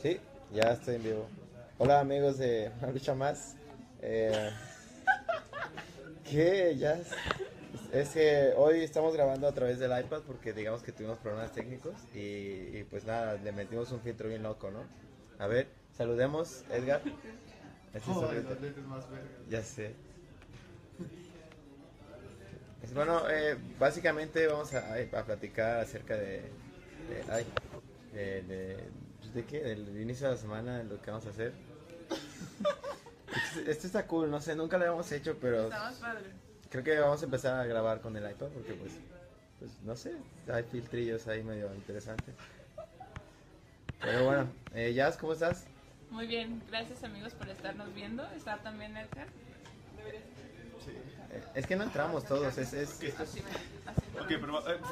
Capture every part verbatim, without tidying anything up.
Sí, ya estoy en vivo. Hola amigos de Una Lucha Más. Eh, ¿Qué? Ya es, es que hoy estamos grabando a través del iPad porque digamos que tuvimos problemas técnicos y, y pues nada, le metimos un filtro bien loco, ¿no? A ver, saludemos, Edgar. Este es Oh, su filtro. los lentes más verga. Ya sé. Es, bueno, eh, básicamente vamos a, a platicar acerca de, de, ay, de, de, pues, ¿de qué? Del inicio de la semana, de lo que vamos a hacer. Este, este está cool, no sé, nunca lo habíamos hecho, pero Está más padre. creo que vamos a empezar a grabar con el iPad porque pues, pues no sé, hay filtrillos ahí medio interesantes. Pero bueno, eh, Jazz, ¿cómo estás? Muy bien, gracias amigos por estarnos viendo. Está también Edgar. Sí. Eh, es que no entramos todos, es... es, es- Así me, así me- Ok, pero. eh,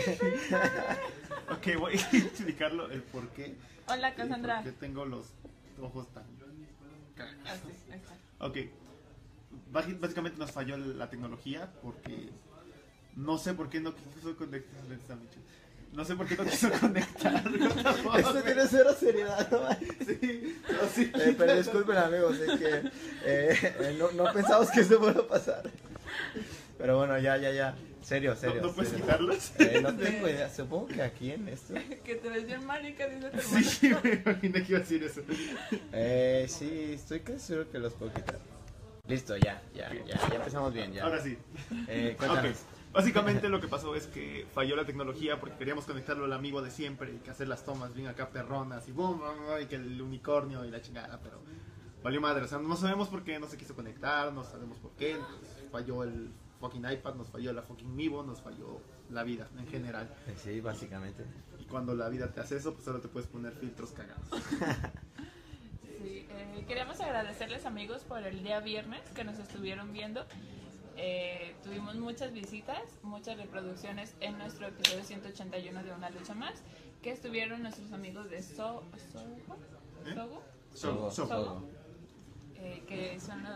ok, voy a explicarlo el por qué. Hola y Cassandra. por qué tengo los ojos tan. Así, ahí está. Ok. Basi- Básicamente nos falló la tecnología porque. No sé por qué no quiso conectar. No sé por qué no quiso conectar. Esto tiene cero seriedad, ¿no? Sí, no, sí. Eh, pero disculpen amigos, es que eh, eh, no, no pensamos que esto fuera a pasar. Pero bueno, ya, ya, ya. Serio, serio. ¿No, no puedes serio. quitarlos? Eh, no tengo idea, supongo que aquí en esto. Que te ves bien marica, dice tu hermana. Sí, me imaginé que iba a decir eso. Eh, sí, estoy casi seguro que los puedo quitar. Listo, ya, ya, ya, ya empezamos bien, ya. Ahora sí. Eh, cuéntanos. Ok. Básicamente lo que pasó es que falló la tecnología porque queríamos conectarlo al amigo de siempre y que hacer las tomas bien acá perronas y boom, boom, boom, y que el unicornio y la chingada, pero valió madre, o sea, no sabemos por qué no se quiso conectar, no sabemos por qué, nos falló el fucking iPad, nos falló la fucking Mivo, nos falló la vida en general. Eh, Sí, básicamente. Y cuando la vida te hace eso, pues solo te puedes poner filtros cagados. Sí, eh, queríamos agradecerles amigos por el día viernes que nos estuvieron viendo. Eh, tuvimos muchas visitas, muchas reproducciones en nuestro episodio ciento ochenta y uno de Una Lucha Más, que estuvieron nuestros amigos de So, Sogo, ¿Eh? Sogo, So- so- Sogo, eh, que son los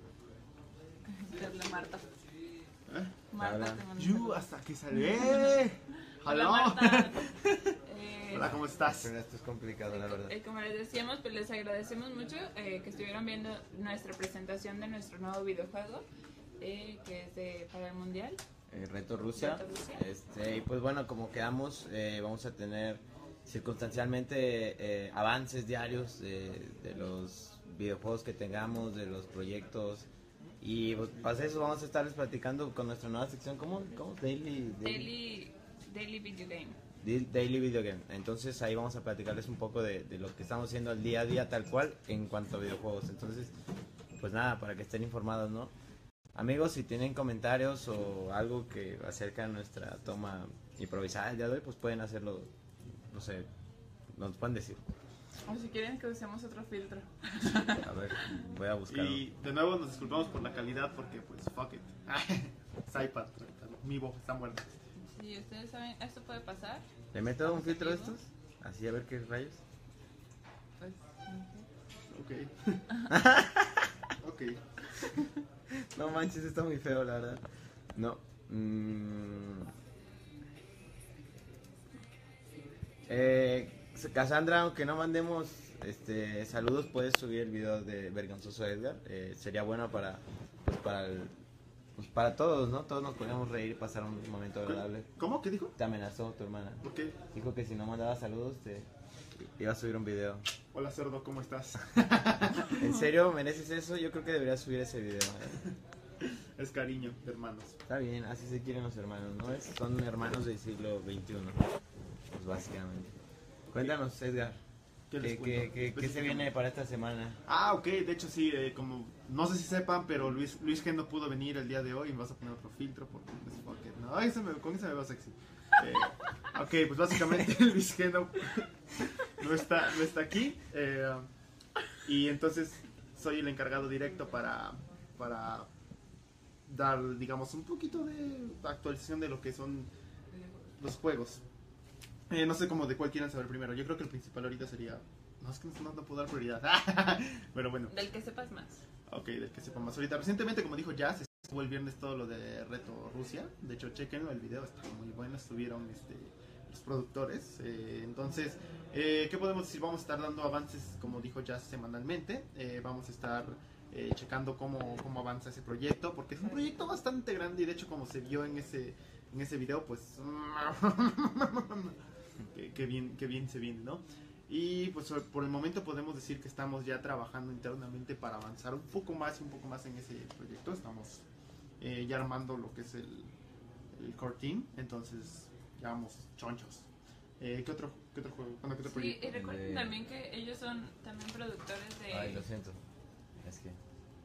de Marta. ¿Eh? Marta Hola. te mando Yu, saludos. hasta que salvé. Hola Hello. Marta. Eh, Hola, ¿cómo estás? Pero esto es complicado, la verdad. Eh, como les decíamos, pues les agradecemos mucho eh, que estuvieron viendo nuestra presentación de nuestro nuevo videojuego, eh, que es de, para el Mundial. Eh, Reto Rusia. Reto Rusia. Este, y pues bueno, como quedamos, eh, vamos a tener circunstancialmente eh, avances diarios de, de los videojuegos que tengamos, de los proyectos. Y pues, para eso vamos a estarles platicando con nuestra nueva sección común, ¿cómo? Daily, Daily, Daily Video Game. Daily, Daily Video Game. Entonces ahí vamos a platicarles un poco de, de lo que estamos haciendo al día a día tal cual en cuanto a videojuegos. Entonces, pues nada, para que estén informados, ¿no? Amigos, si tienen comentarios o algo que acerca de nuestra toma improvisada el día de hoy, pues pueden hacerlo, no sé, nos pueden decir. O si quieren que usemos otro filtro. A ver, voy a buscarlo. Y de nuevo nos disculpamos por la calidad porque pues fuck it. Es iPad, mi voz está muerta. Si ustedes saben, esto puede pasar, ¿Le meto un filtro de ¿Vivo? estos? Así a ver qué rayos. pues Ok. Ok. No manches, está muy feo, la verdad. No. Mm. Eh, Cassandra, aunque no mandemos este saludos, puedes subir el video de Vergonzoso Edgar. Eh, sería bueno para pues para el- pues para todos, ¿no? Todos nos podríamos reír y pasar un momento agradable. ¿Cómo? ¿Qué dijo? Te amenazó tu hermana. ¿Por qué? Dijo que si no mandaba saludos te iba a subir un video. Hola cerdo, ¿cómo estás? ¿En serio mereces eso? Yo creo que deberías subir ese video. ¿eh? Es cariño, de hermanos. Está bien, así se quieren los hermanos, ¿no? Es- son hermanos del siglo veintiuno, pues básicamente. Cuéntanos, Edgar, ¿Qué les ¿qué, cuento? qué, qué, qué se viene para esta semana? Ah, ok, de hecho sí, eh, como no sé si sepan, pero Luis Luis G no pudo venir el día de hoy y me vas a poner otro filtro porque pues, fuck it, no, ay, ese me- con ese me veo sexy. Eh, ok, pues básicamente Luis G no, no está, no está aquí eh, y entonces soy el encargado directo para, para dar, digamos, un poquito de actualización de lo que son los juegos. Eh, no sé cómo de cuál quieran saber primero. Yo creo que el principal ahorita sería... No, es que no, no puedo dar prioridad. Pero bueno. del que sepas más. Ok, del que sepa más ahorita. Recientemente, como dijo Jazz, estuvo el viernes todo lo de Reto Rusia. De hecho, chequenlo, el video está muy bueno. Estuvieron este, los productores. Eh, entonces, eh, ¿qué podemos decir? Vamos a estar dando avances, como dijo Jazz, semanalmente. Eh, vamos a estar eh, checando cómo, cómo avanza ese proyecto, porque es un proyecto bastante grande y de hecho como se vio en ese, en ese video, pues... que, que bien, que bien se viene, ¿no? Y pues por el momento podemos decir que estamos ya trabajando internamente para avanzar un poco más y un poco más en ese proyecto. Estamos eh, ya armando lo que es el, el core team, entonces ya vamos chonchos. Eh, ¿qué, otro, ¿Qué otro juego? Bueno, ¿qué otro Sí, proyecto? y recuerden De- también que ellos son también productores de... Ay, lo siento. Es que...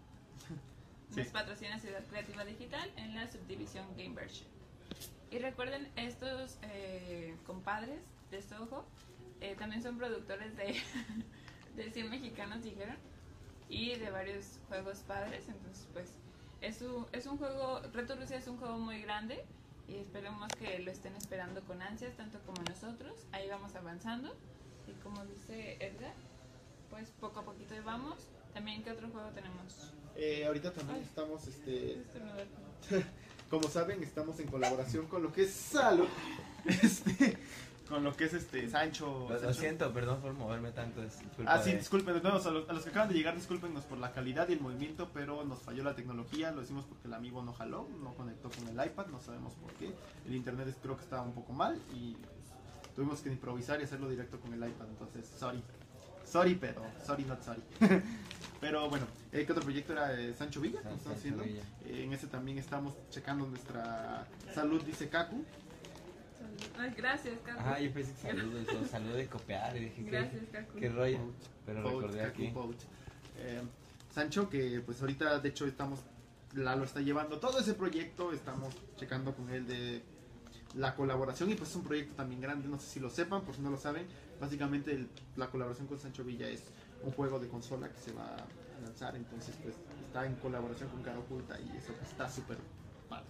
Nos Sí. patrocina Ciudad Creativa Digital en la subdivisión Game Version. Y recuerden, estos eh, compadres de Soho eh, también son productores de, de cien mexicanos, dijeron, y de varios juegos padres. Entonces, pues, es un, es un juego, Reto Rusia es un juego muy grande y esperemos que lo estén esperando con ansias, tanto como nosotros. Ahí vamos avanzando. Y como dice Edgar, pues poco a poquito ahí vamos. También, ¿qué otro juego tenemos? Eh, ahorita también Ay. estamos, este, Estornudar. como saben, estamos en colaboración con lo que es Salo, este, con lo que es este Sancho. Lo, lo Sancho. siento, perdón por moverme tanto. Es culpa Ah, sí, de- disculpen, de nuevo, a los, a los que acaban de llegar, discúlpenos por la calidad y el movimiento, pero nos falló la tecnología, lo decimos porque el amigo no jaló, no conectó con el iPad, no sabemos por qué. El internet es- creo que estaba un poco mal y pues, tuvimos que improvisar y hacerlo directo con el iPad, entonces, sorry. Sorry, pero, sorry, not sorry. Pero bueno, eh, ¿qué otro proyecto era? Eh, Sancho Villa, San- ¿cómo estamos Sancho haciendo? Villa. Eh, en ese también estamos checando nuestra salud, dice Kaku. Ay, gracias, Cacu. Ajá, yo pensé que saludo, eso, saludo de copiar y dije, Gracias, ¿qué, Cacu. qué rollo? Pero Vote, recordé Kaku, aquí. vote. Eh, Sancho, que pues ahorita de hecho estamos, Lalo está llevando todo ese proyecto, estamos checando con él de la colaboración y pues es un proyecto también grande, no sé si lo sepan, por si no lo saben, básicamente el- la colaboración con Sancho Villa es un juego de consola que se va a lanzar, entonces pues está en colaboración con Cara Oculta y eso pues, está súper padre.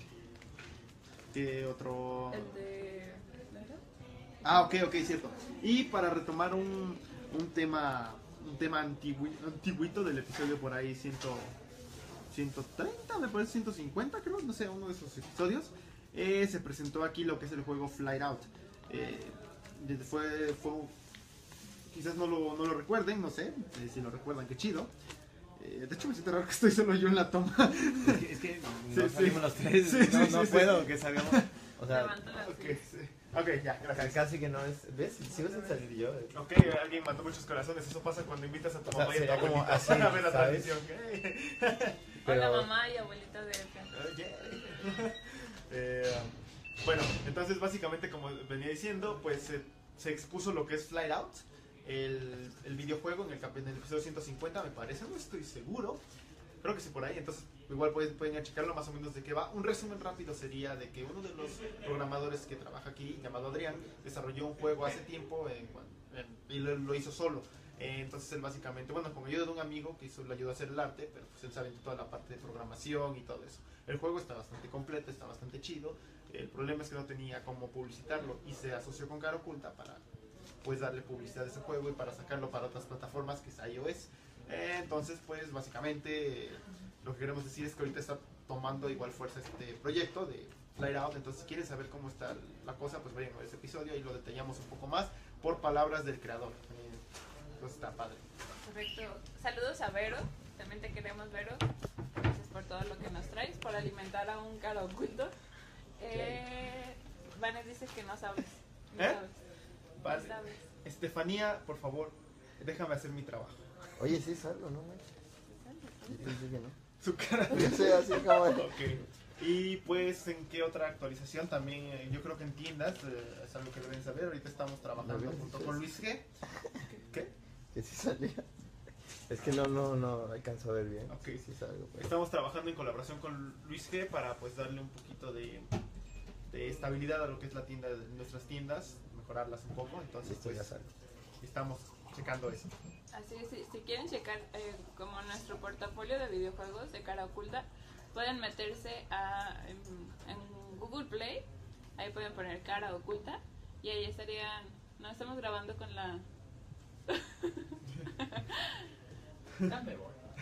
¿Qué otro? El de... Ah, ok, ok, cierto. Y para retomar un, un tema un tema antigui- antiguito del episodio por ahí ciento, ciento treinta, me parece ciento cincuenta, creo, no sé, uno de esos episodios, eh, se presentó aquí lo que es el juego Flight Out. Eh, desde- fue, fue, quizás no lo, no lo recuerden, no sé, eh, si lo recuerdan, qué chido. Eh, de hecho me siento raro que estoy solo yo en la toma. Es que, es que no Sí, salimos sí. los tres, Sí, no, sí, no sí, puedo que salgamos. O sea, Levanta la Ok, sí. Ok, ya, ca- gracias. casi que no es. ¿Ves? Sigo sin salir yo. eh. Ok, alguien mandó muchos corazones. Eso pasa cuando invitas a tu O sea, mamá y a tu sería como abuelita así, a ver la ¿sabes? transmisión. Hola, Pero- mamá y abuelita de Edgar. Oye. Eh, bueno, entonces básicamente como venía diciendo, pues se, se expuso lo que es Flight Out, el, el videojuego en el, cap- en el episodio ciento cincuenta, me parece, no estoy seguro. Creo que sí por ahí, entonces igual pueden, pueden ir a checarlo más o menos de qué va. Un resumen rápido sería de que uno de los programadores que trabaja aquí, llamado Adrián, desarrolló un juego hace tiempo en- en- y lo, lo hizo solo. Eh, entonces él básicamente, bueno, con ayuda de un amigo que hizo, le ayudó a hacer el arte, pero pues él sabe toda la parte de programación y todo eso. El juego está bastante completo, está bastante chido. El problema es que no tenía cómo publicitarlo y se asoció con Cara Oculta para pues darle publicidad a ese juego y para sacarlo para otras plataformas que es iOS. Eh, entonces pues básicamente eh, lo que queremos decir es que ahorita está tomando igual fuerza este proyecto de Flight Out. Entonces si quieren saber cómo está la cosa, pues vayan a ver ese episodio y lo detallamos un poco más por palabras del creador. Eh, entonces está padre. Perfecto. Saludos a Vero. También te queremos, Vero. Gracias por todo lo que nos traes, por alimentar a un cara oculto. Eh, Vanes dice que no sabes. No ¿Eh? sabes. Vale. No sabes. Estefanía, por favor, déjame hacer mi trabajo. Oye, sí es algo, ¿no, güey? Yo pensé que no. Su cara. Yo sé, así como de... Ok. Y pues, ¿en qué otra actualización? También, eh, yo creo que en tiendas, eh, es algo que deben saber. Ahorita estamos trabajando Lo vi, junto sí, con sí. Luis G. ¿Qué? que sí salía. Es que no, no, no alcanzo a ver bien. Ok. Sí es algo, pero... Estamos trabajando en colaboración con Luis G para pues darle un poquito de, de estabilidad a lo que es la tienda, de nuestras tiendas, mejorarlas un poco. Entonces, Esto ya pues, sale. estamos checando eso. Así es, si, si quieren checar eh, como nuestro portafolio de videojuegos de cara oculta, pueden meterse a, en, en Google Play, ahí pueden poner cara oculta y ahí estarían, no estamos grabando con la... Dame,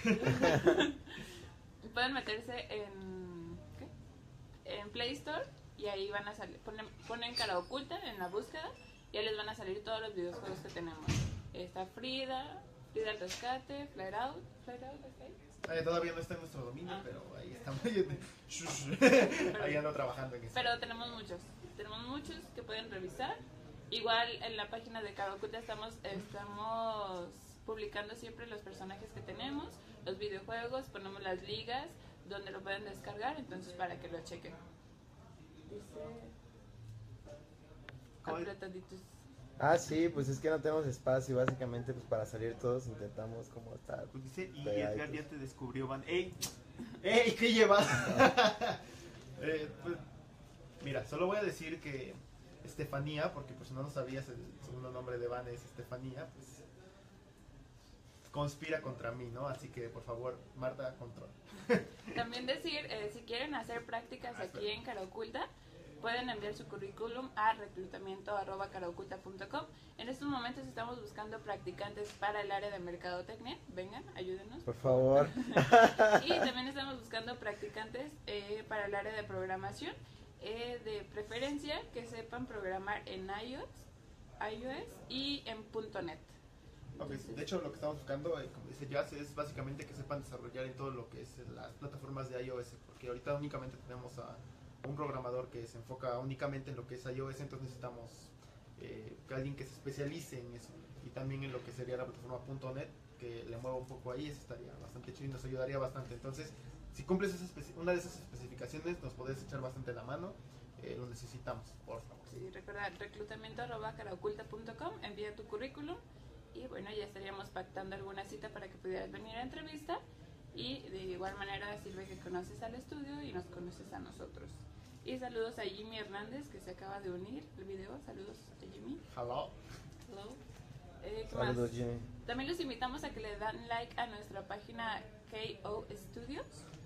pueden meterse en, ¿qué? En Play Store y ahí van a salir, ponen, ponen cara oculta en la búsqueda y ahí les van a salir todos los videojuegos que tenemos. Está Frida, Frida al rescate, Flare Out, Flare Out, ¿está ahí? Eh, todavía no está en nuestro dominio, Ah. pero ahí estamos. Ahí ando trabajando en eso. Pero tenemos muchos, tenemos muchos que pueden revisar. Igual en la página de Cara Oculta estamos, estamos publicando siempre los personajes que tenemos, los videojuegos, ponemos las ligas donde lo pueden descargar, entonces para que lo chequen. Dice ¿Cómo? apretaditos. Ah, sí, pues es que no tenemos espacio, básicamente pues para salir todos intentamos como estar. Pues dice, y pegaditos. Edgar ya te descubrió, Van. ¡Ey! ¡Ey! ¿Qué llevas? eh, pues, mira, solo voy a decir que Estefanía, porque pues no lo sabías, el segundo nombre de Van es Estefanía, pues conspira contra mí, ¿no? Así que por favor, Marta, control. También decir, eh, si quieren hacer prácticas Ah, aquí espera. en Cara Oculta, pueden enviar su currículum a reclutamiento arroba caraoculta punto com. En estos momentos estamos buscando practicantes para el área de mercadotecnia. Vengan, ayúdenos. Por favor. Y también estamos buscando practicantes eh, para el área de programación, eh, de preferencia que sepan programar en iOS, iOS y en punto net. Ok, de hecho, lo que estamos buscando, eh, como dice Jazz, es básicamente que sepan desarrollar en todo lo que es las plataformas de iOS, porque ahorita únicamente tenemos a un programador que se enfoca únicamente en lo que es iOS, entonces necesitamos eh, que alguien que se especialice en eso, y también en lo que sería la plataforma punto net, que le mueva un poco ahí, eso estaría bastante chido y nos ayudaría bastante. Entonces, si cumples esa especi- una de esas especificaciones, nos podés echar bastante la mano, eh, lo necesitamos, por favor. Sí, recuerda reclutamiento arroba caraoculta punto com, envía tu currículum y bueno, ya estaríamos pactando alguna cita para que pudieras venir a entrevista. Y de igual manera sirve que conoces al estudio y nos conoces a nosotros. Y saludos a Jimmy Hernández, que se acaba de unir al video. Saludos a Jimmy. Hello. Hello. Eh, ¿qué más? Saludos, Jimmy. También los invitamos a que le dan like a nuestra página K O Studios.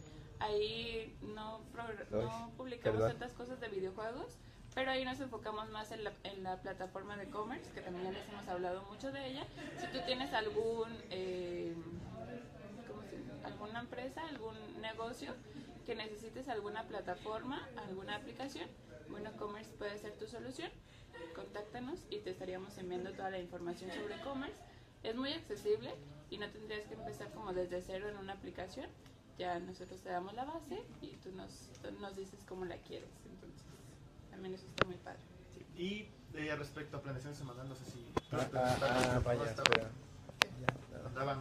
Ahí no, progr- no publicamos perdón. tantas cosas de videojuegos, pero ahí nos enfocamos más en la, en la plataforma de commerce, que también ya les hemos hablado mucho de ella. Si tú tienes algún... Eh, ¿cómo se dice? Alguna empresa, algún negocio que necesites alguna plataforma, alguna aplicación, bueno, Commerce puede ser tu solución. Contáctanos y te estaríamos enviando toda la información sobre Commerce. Es muy accesible y no tendrías que empezar como desde cero en una aplicación. Ya nosotros te damos la base y tú nos, tú nos dices cómo la quieres. Entonces, también eso está muy padre. Sí, y eh, respecto a planeación semanal, no sé si... Ah, ah, ah, vaya, no estaba- espera. Andaban...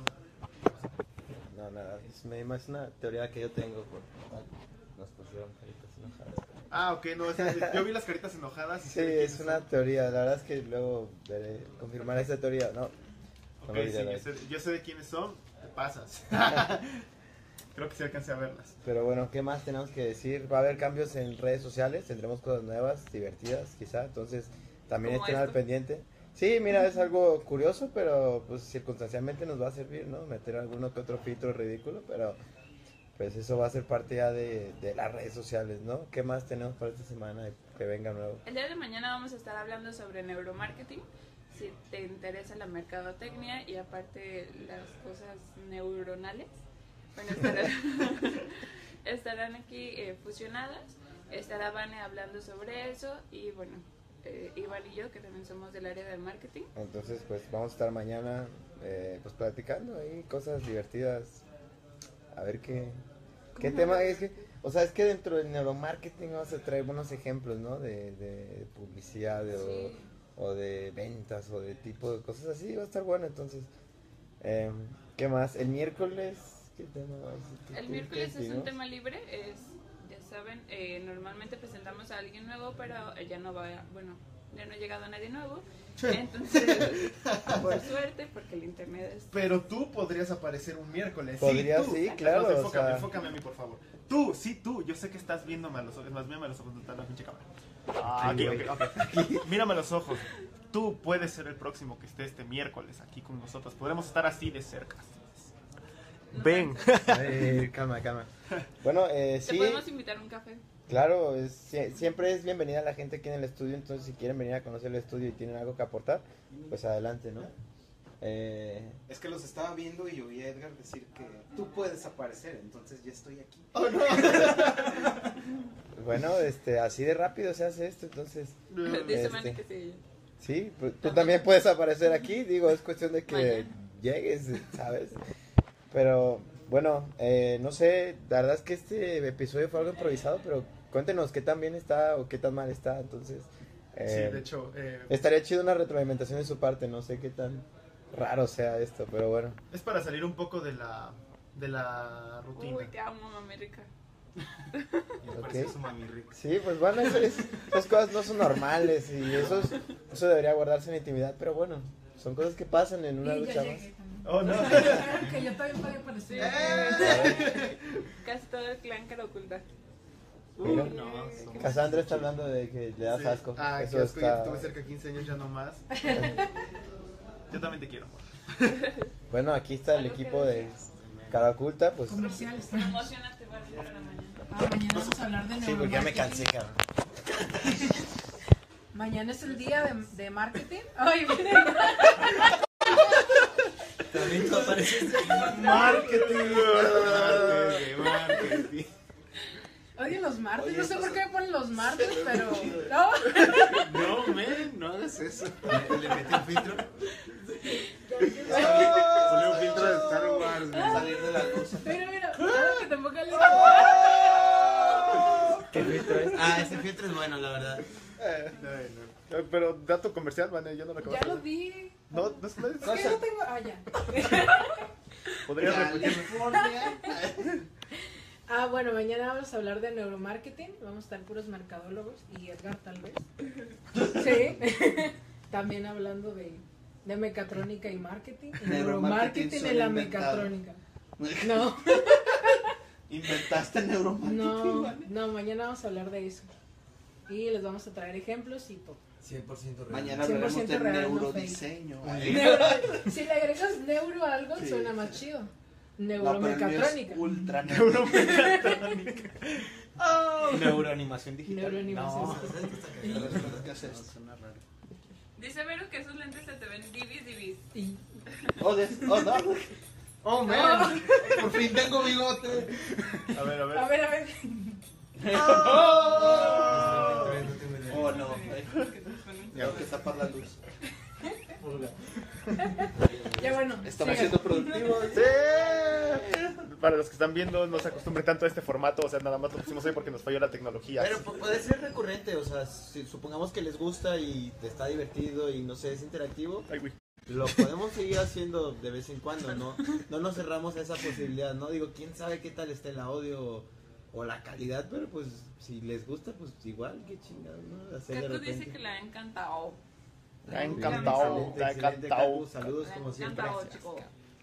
No, nada, es, me- es una teoría que yo tengo. Por... Nos pusieron caritas enojadas. Ah, ok, no, es que yo vi las caritas enojadas y Sí, sé de es quiénes una son. teoría, la verdad es que luego veré, confirmaré esa teoría, no. Ok, no me sí, diré yo la- sé, yo sé de quiénes son, te pasas. Creo que sí alcancé a verlas. Pero bueno, ¿qué más tenemos que decir? Va a haber cambios en redes sociales, tendremos cosas nuevas, divertidas quizá, entonces también Como estén al esto. pendiente. Sí, mira, es algo curioso, pero pues circunstancialmente nos va a servir, ¿no? Meter alguno que otro filtro ridículo, pero pues eso va a ser parte ya de, de las redes sociales, ¿no? ¿Qué más tenemos para esta semana y que venga nuevo? El día de mañana vamos a estar hablando sobre neuromarketing. Si te interesa la mercadotecnia y aparte las cosas neuronales, bueno, estarán, estarán aquí eh, fusionadas. Estará Vane hablando sobre eso y bueno, eh, Iván y yo, que también somos del área de marketing. Entonces, pues vamos a estar mañana eh, pues platicando ahí cosas divertidas. A ver qué, qué ¿Cómo? tema es que, o sea, es que dentro del neuromarketing vamos a traer buenos ejemplos, ¿no? De, de publicidad de, Sí. o, o de ventas o de tipo de cosas así, va a estar bueno. Entonces, eh, ¿qué más? El miércoles, ¿qué tema va a ser? El ¿Qué- miércoles qué es un decimos? tema libre, es, ya saben, eh, normalmente presentamos a alguien nuevo, pero ya no va, bueno, ya no ha llegado nadie nuevo, entonces, por suerte, porque el internet es... Pero tú podrías aparecer un miércoles. Podría, sí, tú. sí, claro, No, o enfócame, sea- enfócame a mí, por favor. Tú, sí, tú. Yo sé que estás viéndome a los ojos. Más, mírame a los ojos, no está la pinche cámara. Ah, Aquí, aquí, ok, ok. Mírame a los ojos. Tú puedes ser el próximo que esté este miércoles aquí con nosotros. Podremos estar así de cerca. no Ven. Ay, calma, calma. Bueno, eh, Te sí, podemos invitar a un café. claro, es- sie- siempre es bienvenida la gente aquí en el estudio, entonces si quieren venir a conocer el estudio y tienen algo que aportar, pues adelante, ¿no? Eh, Es que los estaba viendo y oí a Edgar decir que tú puedes aparecer, entonces ya estoy aquí. Oh, no. Bueno, este, así de rápido se hace esto, entonces. Dice Este. Manny que sí. Sí, pues, tú también puedes aparecer aquí, digo, es cuestión de que Mañana. llegues, ¿sabes? Pero, bueno, eh, no sé, la verdad es que este episodio fue algo improvisado, pero cuéntenos qué tan bien está o qué tan mal está, entonces. Sí, eh, de hecho, eh, Estaría chido una retroalimentación de su parte, no sé qué tan raro sea esto, pero bueno. es para salir un poco de la, de la rutina. Uy, te amo, América. Me Ok. pareció su mami rica. Sí, pues bueno, eso es- esas cosas no son normales y eso, es- eso debería guardarse en intimidad, pero bueno, son cosas que pasan en una Y lucha ya más. llegué también. Oh, no. Claro que yo también pagué por Sí. esto. Casi todo el clan que lo oculta. Mira. No, somos- Cassandra está hablando de que le das Sí. asco. Ah, qué Eso asco, ya está... te tuve cerca de quince años, ya no más. Yo también te quiero. Bueno, aquí está el Algo que equipo de decir. Cara Oculta, pues Comerciales. Promocionate para el programa mañana. Ah, mañana vamos a hablar de sí, porque ya me neuromarketing. cansé, cabrón. Mañana es el día de, de marketing. Ay, miren. También tú apareciste. Marketing. Marketing. Odio los martes. Oye, No sé esto por qué se- me ponen los martes, se ve pero. muy chido. No. No, men, no hagas eso. Le, le metí un filtro. Ponle un filtro de Star Wars. güey. Salir de la luz. Mira, mira. Ah, que te ponga el. ¿Qué filtro es? Ah, ese filtro es bueno, la verdad. Eh, no, no. Eh, Pero dato comercial, Vane, yo no lo acabo Ya de lo hacer. di. No, no es Es que yo no tengo. Ah, ya. Podrías repetirme. California. Ah, bueno, mañana vamos a hablar de neuromarketing. Vamos a estar puros mercadólogos y Edgar, tal vez. Sí. También hablando de, de mecatrónica y marketing. Y Neuromarketing neuromarketing en suena la inventado. mecatrónica. No, Inventaste neuromarketing. no, no, mañana vamos a hablar de eso. Y les vamos a traer ejemplos y todo. cien por ciento real. Mañana cien por hablaremos ciento de real, no neurodiseño. Neuro- si le agregas neuro a algo, Sí, suena sí, más sí. chido. No, pero el mío es Neuromecatrónica. ultra neuro. Neuroanimación digital. Neuroanimación. No, ¿qué es esto? Suena raro. Dice Vero que esos lentes se te ven divis divis. Y- Oh, des- oh, no. Oh, man. Por fin tengo bigote. A ver, a ver. A ver, a ver. Oh, no. Tengo que tapar la luz. Ya bueno. Estamos sigan. siendo productivos. Sí. Para los que están viendo, no se acostumbren tanto a este formato. O sea, nada más lo pusimos hoy porque nos falló la tecnología. Pero pu- puede ser recurrente, o sea, si supongamos que les gusta y te está divertido y no sé, es interactivo, Ay, güey. lo podemos seguir haciendo de vez en cuando, ¿no? No nos cerramos a esa posibilidad, ¿no? Digo, quién sabe qué tal está el audio o, o la calidad, pero pues si les gusta, pues igual, qué chingados, ¿no? Hacer de Caco dice repente. que le ha encantado. Le ha Muy encantado, bien, le ha excelente, encantado. Cacu, saludos Le ha como siempre. encantado, chico.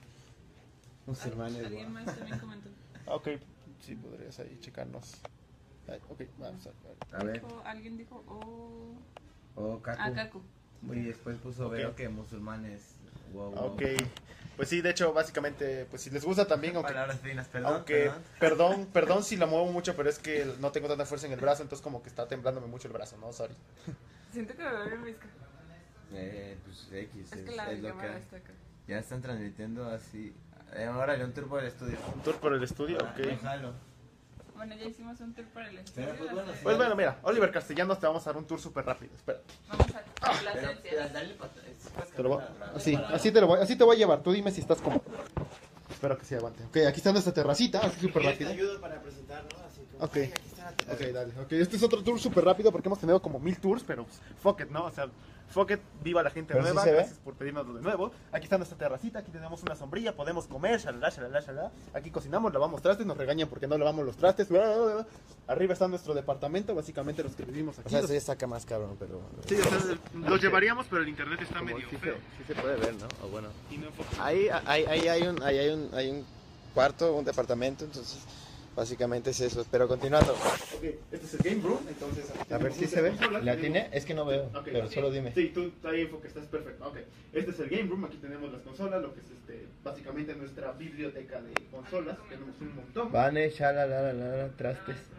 Musulmanes, ¿Alguien guau. más también comentó? Ok, sí, podrías ahí checarnos. Ay, ok, vamos a ver. A ver, Dijo- Alguien dijo, oh. o Cacu. Ah, Caco. Y después puso Ok. Vero que musulmanes. Wow, wow. Ok, pues sí, de hecho, básicamente, pues si les gusta también, aunque, Palabras finas, perdón. aunque perdón. perdón, perdón si la muevo mucho, pero es que no tengo tanta fuerza en el brazo, entonces como que está temblándome mucho el brazo, ¿no? Sorry. Siento que me veo bien visca. Eh, pues X, Es es, que la es lo que cámara hay. está acá. Ya están transmitiendo así. Eh, ahora un tour por el estudio. Un tour por el estudio, Ah, ok. déjalo. Bueno, ya hicimos un tour por el estudio. Pero, pues, bueno, las- Pues bueno, mira, Oliver Castellanos, te vamos a dar un tour súper rápido, espera. Vamos a Ah, las Pero, esencias. pero dale para atrás. Te lo voy, así, así te lo voy, así te voy a llevar, tú dime si estás cómodo. Espero que se aguante. Ok, aquí está nuestra terracita, así súper Te rápido. ayudo para presentar, ¿no? Así como, Ok. "Ay, aquí está la terraza". Ok, dale. Ok, este es otro tour súper rápido porque hemos tenido como mil tours, pero pues, fuck it, ¿no? O sea, fuck it, viva la gente Pero sí nueva, se ve. gracias por pedirnoslo de nuevo. Aquí está nuestra terracita, aquí tenemos una sombrilla, podemos comer, shalala, shalala, shalala. Aquí cocinamos, lavamos trastes, nos regañan porque no lavamos los trastes. bla, bla, bla. Arriba está nuestro departamento, básicamente los que vivimos aquí. O sea, Los- sí saca más cabrón, pero... sí, o sea, los llevaríamos, pero el internet está como medio sí, feo. se, sí se puede ver, ¿no? O bueno... Y no enfoca. Ahí, ahí, ahí hay un, ahí hay un, hay un cuarto, un departamento, entonces básicamente es eso. Pero continuando. Ok, este es el game room, entonces... aquí A ver tenemos si muchas se ve. consolas, ¿La tenemos- tiene? Es que no veo, Ok, pero sí. solo dime. Sí, tú ahí enfoque, estás perfecto. Ok, este es el game room, aquí tenemos las consolas, lo que es este, básicamente nuestra biblioteca de consolas, tenemos un montón. Vane, shala, la, la, la, la, trastes.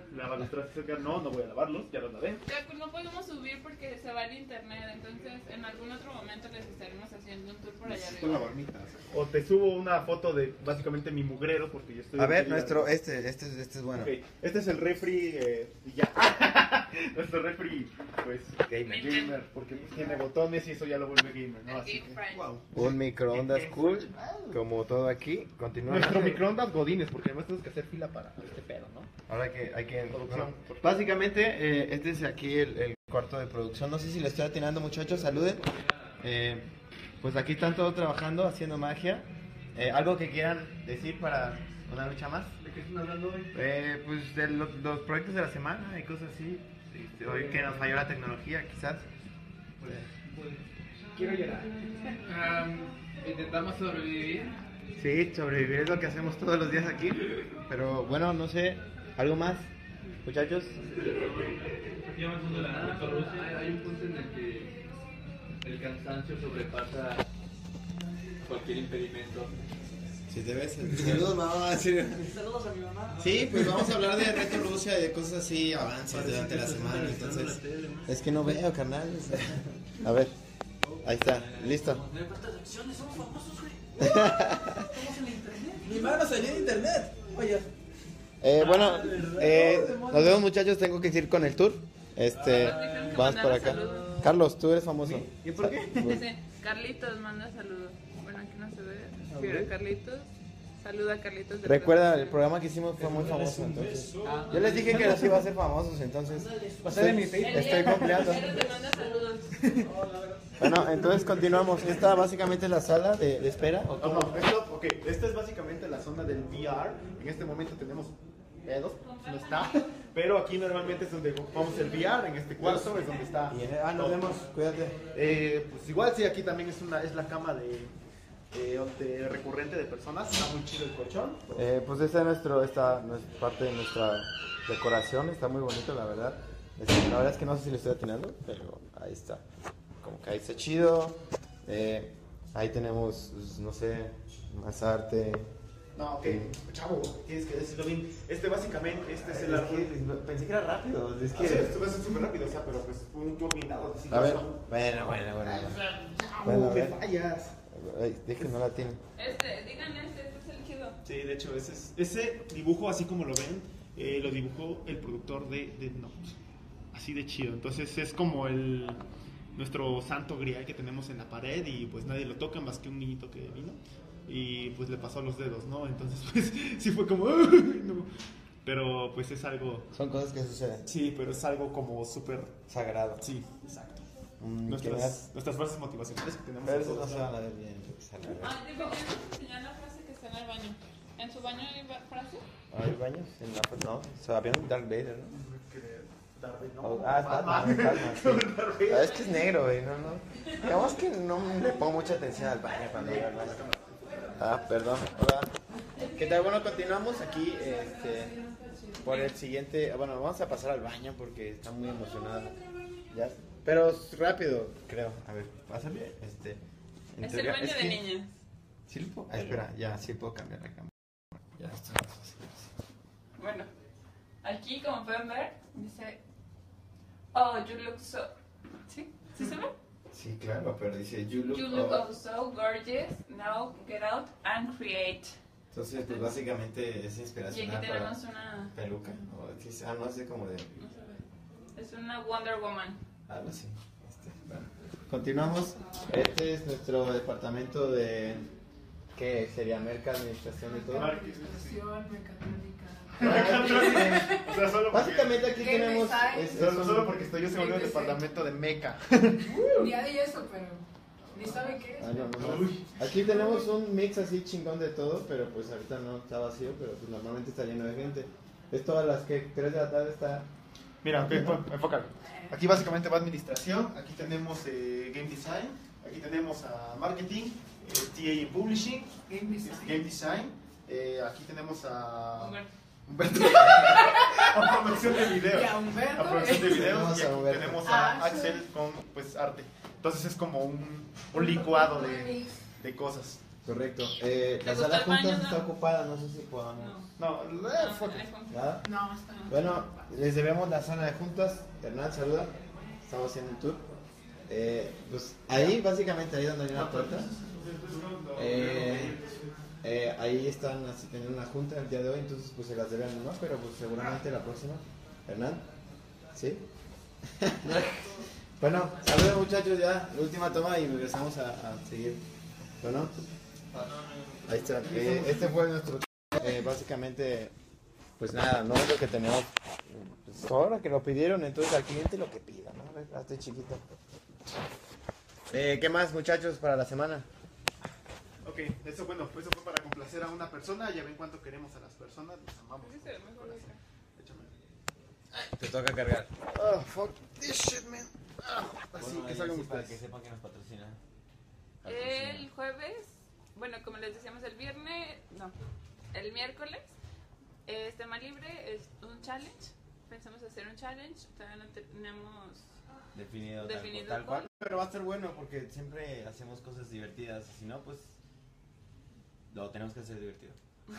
Lava los trastes, no, no voy a lavarlos, ya los lavé. Ya, pues no podemos subir porque se va el internet, entonces en algún otro momento les estaremos haciendo un tour por allá Necesito arriba. lavar. O te subo una foto de básicamente mi mugrero porque yo estoy... A ver, nuestro, este, este, es- este es bueno. Ok, este es el refri eh, y ya. Nuestro refri, pues, Gamer. gamer, porque pues, tiene botones y eso ya lo vuelve gamer, ¿no? El Así Game que, Friend. wow. Un microondas cool, como todo aquí. Continúa. Nuestro microondas godines, porque además tenemos que hacer fila para este pedo, ¿no? Ahora que hay que... Producción. bueno, básicamente, eh, este es aquí el, el cuarto de producción. No sé si le estoy atinando, muchachos. Saluden. Eh, pues aquí están todos trabajando, haciendo magia. Eh, ¿Algo que quieran decir para una lucha más? ¿De qué están hablando hoy? Eh, pues de lo- los proyectos de la semana y cosas así. Este, hoy que nos falló la tecnología, quizás. Quiero llorar. Intentamos sobrevivir. Sí, sobrevivir es lo que hacemos todos los días aquí. Pero bueno, no sé, ¿algo más, muchachos? Aquí avanzando la Ruta Rusia, hay un punto en el que el cansancio sobrepasa cualquier impedimento. Si te ves, saludos mamá. Saludos a mi mamá. Sí, pues vamos a hablar de Reto Rusia y de cosas así, avances durante la semana, entonces... Es que no veo, carnal. A ver, ahí está, listo. No hay falta de acciones, somos famosos, güey. Estamos en la internet. Mi mano salió en internet. Oye. Eh, bueno, eh, nos vemos, muchachos. Tengo que ir con el tour. Este, Nos dijeron que vamos por mandara acá. saludos. Carlos, tú eres famoso. ¿Y por qué? Dice, Carlitos manda saludos. Bueno, aquí no se ve. Pero Carlitos, saluda a Carlitos. de Recuerda, el producción. programa que hicimos fue muy famoso, entonces. Yo les dije que los iba a hacer famosos, entonces. Estoy, estoy compleando. Él te manda saludos. Bueno, entonces continuamos. Esta básicamente es la sala de, de espera. ¿o No, cómo? no, esto, ok, esta es básicamente la zona del V R. En este momento tenemos pedos, no está. Pero aquí normalmente es donde ocupamos el V R, en este cuarto es donde está. Y en- ah, nos todo. vemos, cuídate. Eh, pues igual sí, aquí también es una es la cama de, eh, de recurrente de personas. Está muy chido el colchón. Eh, pues esta es nuestro, esta, nuestra parte de nuestra decoración, está muy bonito la verdad. Este, la verdad es que no sé si le estoy atinando, pero ahí está. Como que ahí está chido. Eh, ahí tenemos, pues, no sé, más arte. No, ok, chavo, tienes que decirlo bien. Este básicamente, este es el Es árbol. que pensé que era rápido. Es Ah, sí, que... esto va a ser súper rápido, o sea, pero pues fue un tour blindado. así que, A ver, o sea, bueno, bueno, bueno. bueno. chavo, Bueno, a me ver. fallas. Ay, dije que no la tiene. Este, digan este, este es el chido. Sí, de hecho, ese, es- ese dibujo, así como lo ven, eh, lo dibujó el productor de Death Note. Así de chido. Entonces es como el nuestro santo grial que tenemos en la pared y pues nadie lo toca más que un niñito que vino y pues le pasó los dedos, ¿no? Entonces pues sí fue como... "Ay, no". Pero pues es algo... Son cosas que suceden. Sí, pero es algo como súper... Sagrado. Sí, exacto. Mm, ¿qué Nuestras, más? nuestras frases motivacionales que tenemos. Pero en eso no todos se van a lados. ver bien. porque sale a ver. Ah, deberían enseñar la frase que está en el baño. ¿En su baño hay ba- frase? ¿Hay baños? En la... No, se había un Darth Vader, ¿no? Darth Vader, ¿no? Oh, ah, es Batman, es Batman, sí. Ah, es que es negro, güey, no, no. Digamos que no le pongo mucha atención al baño cuando voy al baño. Ah, perdón, hola. ¿Qué tal? Bueno, continuamos aquí, este, por el siguiente, bueno, vamos a pasar al baño porque está muy emocionado. Ya, pero es rápido, creo. A ver, pásale, este. en Es el teoría- baño es de que- niñas. ¿Sí lo puedo? Ah, espera, ya, sí puedo cambiar la cámara. Ya, esto es más fácil. Bueno, aquí como pueden ver, dice, oh, you look so... ¿Sí? ¿Sí se ve? Sí, claro, pero dice, you look, You look oh. oh so gorgeous, now get out and create. Entonces, pues básicamente es Y aquí inspiracional para tenemos una... peluca. O, es- ah, no, es de como de... no se ve. Es una Wonder Woman. Algo así. Este, bueno. Continuamos. Este es nuestro departamento de. ¿Qué sería? Merca, administración y todo. Administración, mecatrónica. O sea, solo porque, Básicamente aquí Game tenemos. design. es- es solo, un- solo porque estoy yo se volvió el Sí, sí, sí. departamento de meca. Ni hay eso, pero ni sabe qué es. Ah, no, no, no. Aquí tenemos un mix así chingón de todo, pero pues ahorita no está vacío, pero pues normalmente está lleno de gente. Es todas las que tres de la tarde está. Mira, ok, pon- enfócalo. Aquí básicamente va administración, aquí tenemos eh, game design, aquí tenemos a marketing, eh, T A en publishing, Game este, design. game design, eh, aquí tenemos a Humberto. Humberto, a producción de video, Y a Humberto. a producción de videos Tenemos y a aquí Humberto. tenemos Ah, a Axel con pues arte. Entonces es como un, un licuado Un de, mix. de cosas. Correcto. Eh, la ¿Te sala gustó el juntas baño, está no? ocupada, no sé si podamos. No, No, eh, fuck. iPhone. ¿Nada? No, está. Bueno, les debemos la zona de juntas. Hernán, saluda. Estamos haciendo un tour. Eh, pues ahí, básicamente, ahí donde hay una puerta. Eh, eh, ahí están así teniendo una junta el día de hoy, entonces pues se las debemos, ¿no? Pero pues seguramente la próxima. Hernán, ¿sí? Bueno, saludos muchachos ya, la última toma y regresamos a, a seguir. Bueno, ahí está. Eh, este fue nuestro. Eh, básicamente, pues nada, no es lo que tenemos. Pues ahora que lo pidieron, entonces al cliente lo que pida, ¿no? A ver, hazte chiquito. Eh, ¿Qué más, muchachos, para la semana? Ok, eso bueno, pues eso fue para complacer a una persona. Ya ven cuánto queremos a las personas, los amamos. Ese se ve mejor acá. Échame. Te toca cargar. Oh, fuck this shit, man. Ah, así Bueno, que ahí salgan sí, para ustedes. que sepan que nos patrocinan. El jueves, bueno, como les decíamos el viernes, no, el miércoles, eh, es tema libre, es un challenge. Pensamos hacer un challenge, todavía no tenemos Definido, definido tal, tal cual. cuál. Pero va a estar bueno porque siempre hacemos cosas divertidas. Si no, pues lo tenemos que hacer divertido.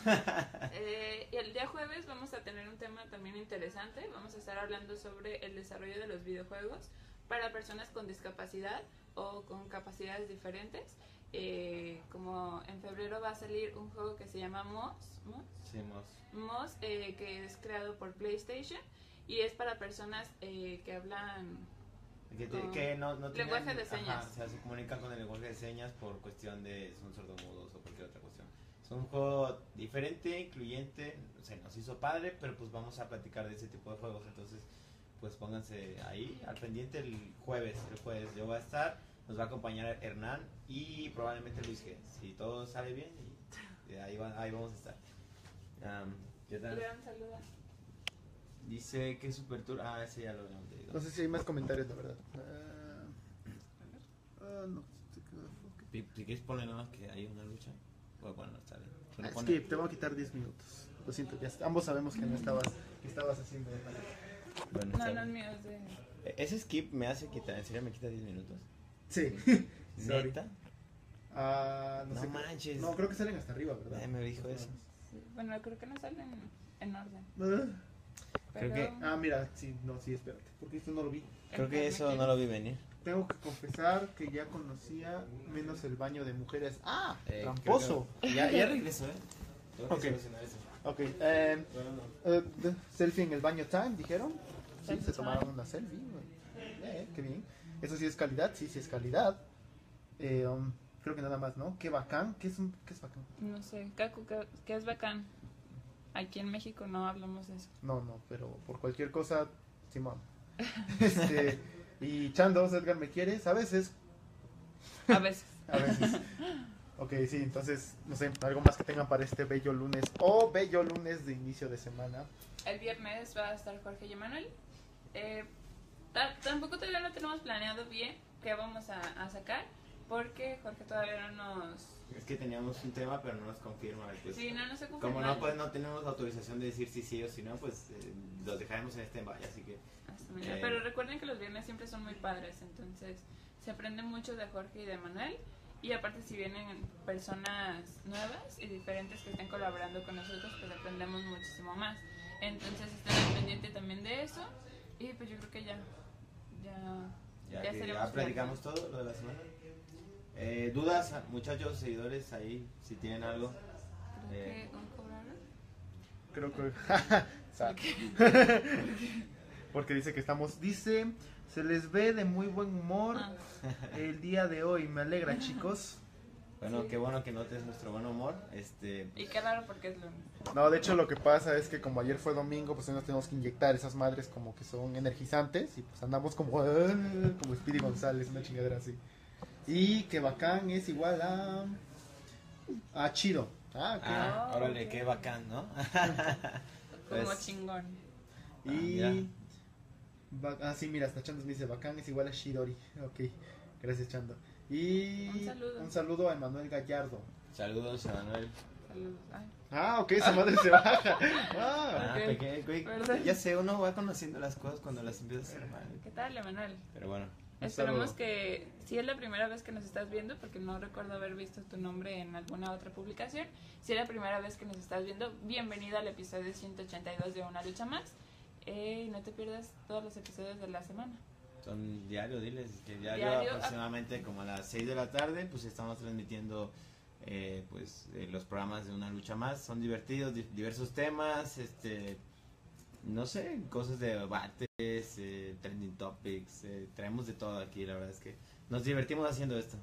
Eh, y el día jueves vamos a tener un tema también interesante. Vamos a estar hablando sobre el desarrollo de los videojuegos para personas con discapacidad o con capacidades diferentes. Eh, como en febrero va a salir un juego que se llama Moss, Moss, Sí, Mos. Moss, eh, que es creado por PlayStation y es para personas eh, que hablan Que, te- Con que no, no tienen- lenguaje de señas. Ajá, o sea, se comunican con el lenguaje de señas por cuestión de son sordomudos o cualquier otra cuestión. Es un juego diferente, incluyente, se nos hizo padre, pero pues vamos a platicar de ese tipo de juegos, entonces pues pónganse ahí al pendiente el jueves, el jueves yo voy a estar, nos va a acompañar Hernán y probablemente Luis G, si todo sale bien y, y ahí, va- ahí vamos a estar. Am, ¿Qué tal? León, saluda. Dice que Super Tour, ah ese ya lo habíamos leído. No sé si hay más comentarios, la verdad. Ah, ah, no. Si, si quieres poner nada más que hay una lucha, pues bueno, está bien. Solo Ah, pone- Skip, te voy a quitar diez minutos. Lo siento, ya est- ambos sabemos que no estabas, que estabas haciendo. Bueno, No, está no es bien. mío, es de... E- Ese skip me hace quitar, ¿en serio me quita diez minutos? Sí. Sorry. ¿Neta? Ah, no, No sé. manches. No, creo que salen hasta arriba, ¿verdad? Nadie me dijo eso. sí, bueno, creo que no salen en orden. Ah, Creo Pero... que- Ah, mira, sí, no, sí, espérate. Porque esto no lo vi. Creo que eso no lo vi venir. Tengo que confesar que ya conocía menos el baño de mujeres. ¡Ah! Eh, ¡Tramposo! creo que- Ya, ya regreso, ¿eh? Tengo que Ok. solucionar eso. Ok, eh, Bueno, no. eh, de- selfie en el baño time, dijeron. Sí, Selfie se tomaron time. una selfie. güey. Eh, qué bien. Eso sí es calidad, sí, sí es calidad. Eh, um, creo que nada más, ¿no? Qué bacán. ¿Qué es, un, qué es bacán? No sé, Kaku, ¿qué, qué es bacán? Aquí en México no hablamos de eso. No, no, pero por cualquier cosa, Simón. este, y Chando, Edgar, ¿me quieres? A veces. A veces. A veces. Ok, sí, entonces, no sé, algo más que tengan para este bello lunes o bello lunes de inicio de semana. El viernes va a estar Jorge y Emanuel. Eh, ta- tampoco todavía no tenemos planeado bien qué vamos a, a sacar, porque Jorge todavía no nos... Es que teníamos un tema, pero no nos confirma. Pues, Sí, no, no sé cómo... como no, pues, no tenemos autorización de decir sí, sí o si no, pues eh, los dejaremos en este vaya, así que... Hasta mañana. Eh. Pero recuerden que los viernes siempre son muy padres, entonces se aprende mucho de Jorge y de Manuel. Y aparte si vienen personas nuevas y diferentes que estén colaborando con nosotros, pues aprendemos muchísimo más. Entonces estén al pendiente también de eso. Y pues yo creo que ya, ya, Ya, ya que seremos ya platicamos todo lo de la semana. Eh, dudas, muchachos, seguidores, ahí, si tienen algo. Creo Eh. que ¿cómo cobraron? Creo que... Sad. Porque dice que estamos... Dice, se les ve de muy buen humor Ah, el día de hoy. Me alegra, chicos. Bueno, Sí. qué bueno que notes nuestro buen humor. Este, y qué raro porque es lunes. No, de hecho lo que pasa es que como ayer fue domingo, pues hoy nos tenemos que inyectar esas madres como que son energizantes y pues andamos como ah, como Speedy González, una chingadera así. Y que bacán es igual a a chido. Ah, ok. ah, Ah, órale, ok. qué bacán, ¿no? Como Pues, chingón. Y Ah, mira. ba- ah, sí, mira, hasta Chando me dice bacán es igual a Shidori. Ok. Gracias, Chando. Y Un saludo. un saludo a Emanuel Gallardo. Saludos a Manuel. Saludos. Ay, Ah, ok, esa madre se baja. Ah, Ah, Ok. pequeño, güey, Perdón. ya sé, uno va conociendo las cosas cuando las empieza a hacer mal. ¿qué tal, Emanuel? Pero bueno, Esperamos saludo. que, si es la primera vez que nos estás viendo, porque no recuerdo haber visto tu nombre en alguna otra publicación, si es la primera vez que nos estás viendo, bienvenida al episodio ciento ochenta y dos de Una Lucha Más. Eh, y no te pierdas todos los episodios de la semana. Son diario, diles, que diario, Diario, aproximadamente como a las seis de la tarde, pues estamos transmitiendo eh, pues eh, los programas de Una Lucha Más. Son divertidos, di- diversos temas, este, no sé, cosas de debates, eh, trending topics, eh, traemos de todo aquí, la verdad es que nos divertimos haciendo esto.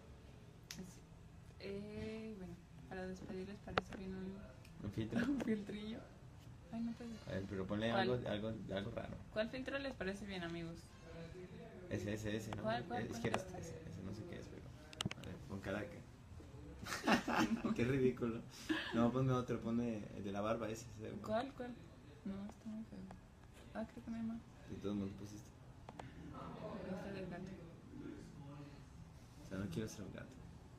Eh, bueno, para despedirles parece bien un, Un filtro. un filtrillo. Ay, no puedo. A ver, pero ponle ¿Cuál? algo, algo, algo raro. ¿Cuál filtro les parece bien, amigos? Ese, ese, ese, ¿no? ¿Cuál, cuál, es cuál? que era este, ese, ese, no sé qué es, pero. A ver, pon cara que. Qué ridículo. No, ponme otro, ponme el de la barba, ese. ese. ¿Cuál, cuál? No, está muy feo. Ah, creo que no hay más. De todos modos pusiste. Este del gato. O sea, no quiero ser un gato.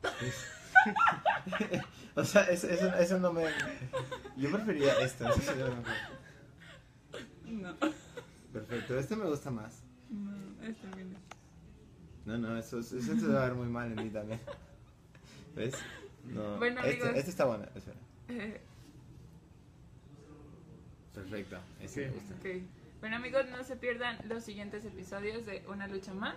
O sea, eso, eso, eso no me. Yo preferiría esto, eso sería lo mejor. No, Perfecto, este me gusta más. no, este viene. No, no, eso, eso se va a ver muy mal en mí también. ¿Ves? No. Bueno, este, amigos. este está bueno, espera. Eh, Perfecto, ese me gusta. ok. Bueno, amigos, no se pierdan los siguientes episodios de Una Lucha Más.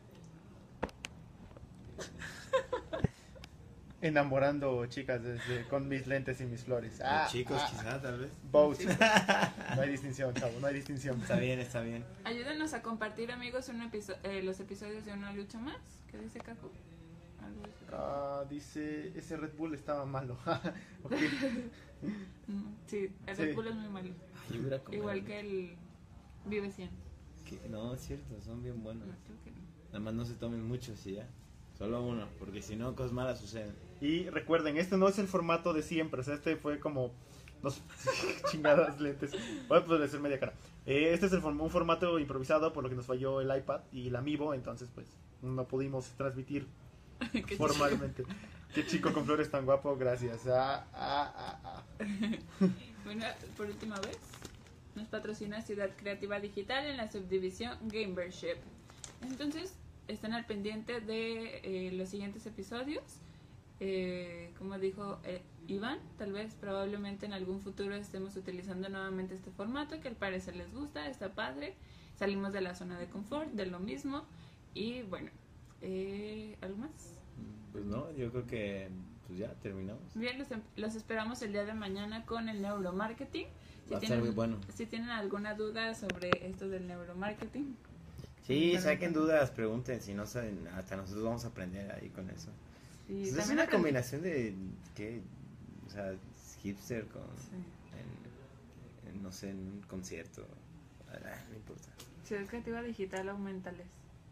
Enamorando chicas desde, con mis lentes y mis flores. Ah, Los chicos, ah, quizá, tal vez. both. No hay distinción, chavo, no hay distinción. Está bien, está bien. Ayúdenos a compartir, amigos, un episo- eh, los episodios de Una Lucha Más. ¿Qué dice Caco? Algo dice. Ah, dice, ese Red Bull estaba malo. Ok. Mm, sí, el Sí. Red Bull es muy malo. Ay, hubiera comido. Igual que el Vive cien. Que- No, es cierto, son bien buenos. No, creo que no. Nada más no se tomen muchos y ya. Solo uno, porque si no, cosas malas suceden. Y recuerden, este no es el formato de siempre. O sea, este fue como dos chingadas lentes. Bueno, pues ser media cara. Eh, este es el form- un formato improvisado por lo que nos falló el iPad y el Amiibo. Entonces, pues, no pudimos transmitir Qué formalmente. Qué chico con flores tan guapo, gracias. Ah, ah, ah, ah. Bueno, por última vez, nos patrocina Ciudad Creativa Digital en la subdivisión Gamership. Entonces, estén al pendiente de eh, los siguientes episodios. Eh, como dijo eh, Iván, tal vez probablemente en algún futuro estemos utilizando nuevamente este formato que al parecer les gusta, está padre. Salimos de la zona de confort, de lo mismo. Y bueno, eh, ¿algo más? Pues no, yo creo que pues ya terminamos. Bien, los, em- los esperamos el día de mañana con el neuromarketing. Va a estar muy bueno. Si tienen alguna duda sobre esto del neuromarketing, Sí, Bueno, saquen bueno. dudas, pregunten, si no saben, hasta nosotros vamos a aprender ahí con eso. y Pues es también una aprendí- combinación de, ¿qué? O sea, hipster con, Sí. en, en, no sé, en un concierto. Ah, no importa. Ciudad Creativa Digital, aumentales.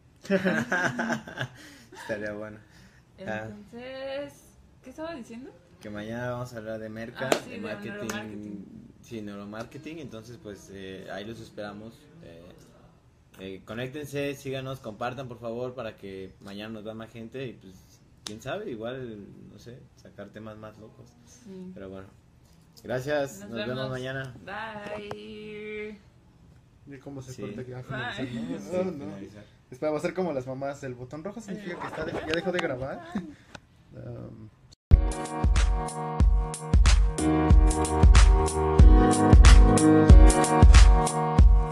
Estaría bueno. Ah. Entonces, ¿qué estaba diciendo? Que mañana vamos a hablar de merca, Ah, sí, de de marketing, neuromarketing. sí, neuromarketing, entonces pues eh, ahí los esperamos. Eh, eh, conéctense, síganos, compartan por favor para que mañana nos vea más gente y pues quién sabe, igual, no sé, sacar temas más locos. Sí. Pero bueno, gracias, nos, vemos. mañana. Bye. ¿Y cómo se Sí. corta que va a Bye. finalizar? No, Sí, no, no. finalizar. Espera, va a ser como las mamás. El botón rojo significa que está de- ya dejó de grabar. Um,